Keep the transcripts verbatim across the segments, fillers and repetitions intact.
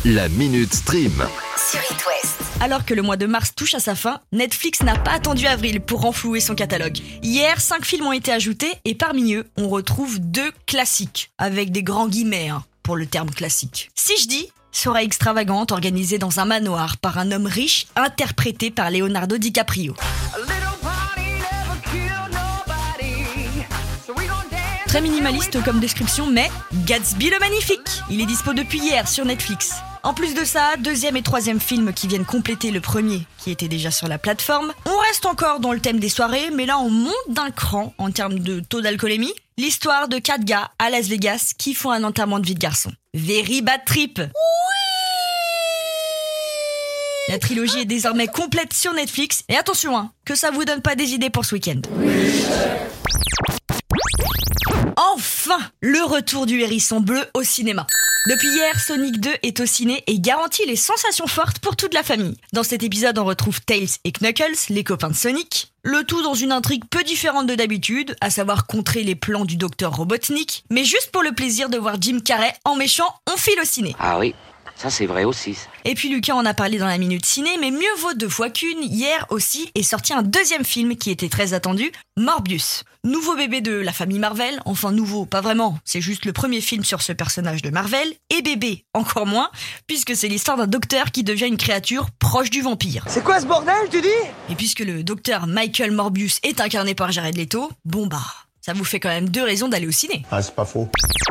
La Minute Stream. Sur It West. Alors que le mois de mars touche à sa fin, Netflix n'a pas attendu avril pour renflouer son catalogue. Hier, cinq films ont été ajoutés et parmi eux, on retrouve deux classiques, avec des grands guillemets hein, pour le terme classique. Si je dis soirée extravagante organisée dans un manoir par un homme riche interprété par Leonardo DiCaprio. Très minimaliste comme description, mais Gatsby le Magnifique. Il est dispo depuis hier sur Netflix. En plus de ça, deuxième et troisième films qui viennent compléter le premier qui était déjà sur la plateforme. On reste encore dans le thème des soirées, mais là on monte d'un cran en termes de taux d'alcoolémie. L'histoire de quatre gars à Las Vegas qui font un enterrement de vie de garçon. Very bad trip. Oui. La trilogie est désormais complète sur Netflix. Et attention, hein, que ça vous donne pas des idées pour ce week-end. Enfin, le retour du hérisson bleu au cinéma. Depuis hier, Sonic deux est au ciné et garantit les sensations fortes pour toute la famille. Dans cet épisode, on retrouve Tails et Knuckles, les copains de Sonic. Le tout dans une intrigue peu différente de d'habitude, à savoir contrer les plans du docteur Robotnik. Mais juste pour le plaisir de voir Jim Carrey en méchant, on file au ciné. Ah oui, ça c'est vrai aussi. Et puis Lucas en a parlé dans la Minute Ciné, mais mieux vaut deux fois qu'une. Hier aussi est sorti un deuxième film qui était très attendu, Morbius. Nouveau bébé de la famille Marvel, enfin nouveau, pas vraiment, c'est juste le premier film sur ce personnage de Marvel, et bébé, encore moins, puisque c'est l'histoire d'un docteur qui devient une créature proche du vampire. C'est quoi ce bordel, tu dis ? Et puisque le docteur Michael Morbius est incarné par Jared Leto, bon bah, ça vous fait quand même deux raisons d'aller au ciné. Ah, c'est pas faux.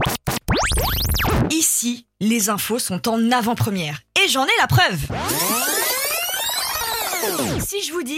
Ici, les infos sont en avant-première, et j'en ai la preuve. Si je vous dis...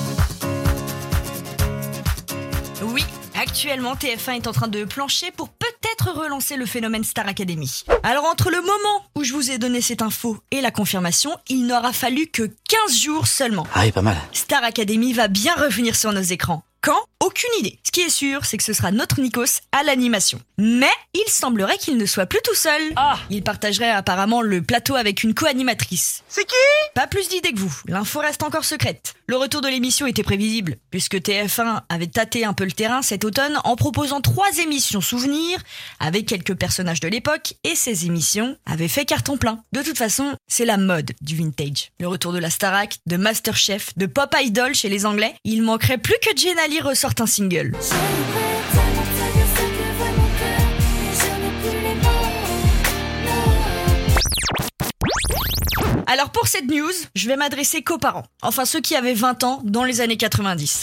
Oui, actuellement T F un est en train de plancher pour peut-être relancer le phénomène Star Academy. Alors entre le moment où je vous ai donné cette info et la confirmation, il n'aura fallu que quinze jours seulement. Ah oui, pas mal. Star Academy va bien revenir sur nos écrans. Quand ? Aucune idée. Ce qui est sûr, c'est que ce sera notre Nikos à l'animation. Mais il semblerait qu'il ne soit plus tout seul. Ah. Il partagerait apparemment le plateau avec une co-animatrice. C'est qui ? Pas plus d'idées que vous, l'info reste encore secrète. Le retour de l'émission était prévisible, puisque T F un avait tâté un peu le terrain cet automne en proposant trois émissions souvenirs, avec quelques personnages de l'époque, et ces émissions avaient fait carton plein. De toute façon, c'est la mode du vintage. Le retour de la Starac, de Masterchef, de Pop Idol chez les Anglais, il manquerait plus que Jen Ali ressorte un single. Alors pour cette news, je vais m'adresser qu'aux parents, enfin ceux qui avaient vingt ans dans les années quatre-vingt-dix.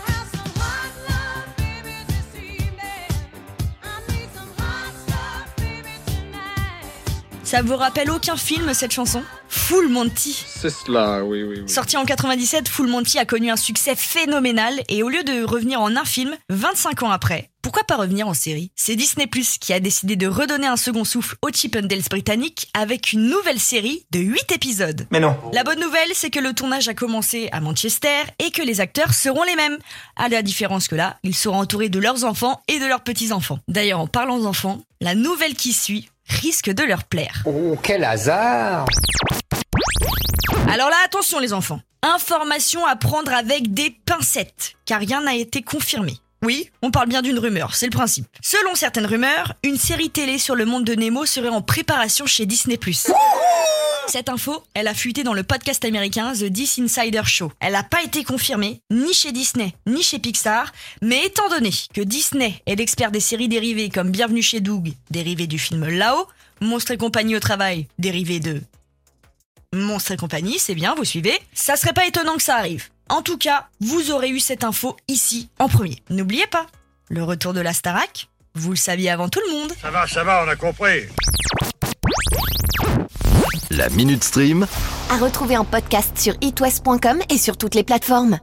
Ça vous rappelle aucun film cette chanson ? Full Monty. C'est cela, oui, oui, oui. Sorti en quatre-vingt-dix-sept, Full Monty a connu un succès phénoménal et au lieu de revenir en un film, vingt-cinq ans après, pourquoi pas revenir en série ? C'est Disney plus, qui a décidé de redonner un second souffle aux Chip 'n Dale britanniques avec une nouvelle série de huit épisodes. Mais non. La bonne nouvelle, c'est que le tournage a commencé à Manchester et que les acteurs seront les mêmes. À la différence que là, ils seront entourés de leurs enfants et de leurs petits-enfants. D'ailleurs, en parlant d'enfants, la nouvelle qui suit risque de leur plaire. Oh, quel hasard ! Alors là, attention les enfants. Information à prendre avec des pincettes, car rien n'a été confirmé. Oui, on parle bien d'une rumeur, c'est le principe. Selon certaines rumeurs, une série télé sur le monde de Nemo serait en préparation chez Disney plus. Cette info, elle a fuité dans le podcast américain The This Insider Show. Elle n'a pas été confirmée, ni chez Disney, ni chez Pixar, mais étant donné que Disney est l'expert des séries dérivées comme Bienvenue chez Doug, dérivé du film Là-haut, Monstres et compagnie au travail, dérivé de... Monstres et compagnie, c'est bien, vous suivez ? Ça serait pas étonnant que ça arrive. En tout cas, vous aurez eu cette info ici, en premier. N'oubliez pas, le retour de la Starac, vous le saviez avant tout le monde. Ça va, ça va, on a compris. La Minute Stream. À retrouver en podcast sur it west point com et sur toutes les plateformes.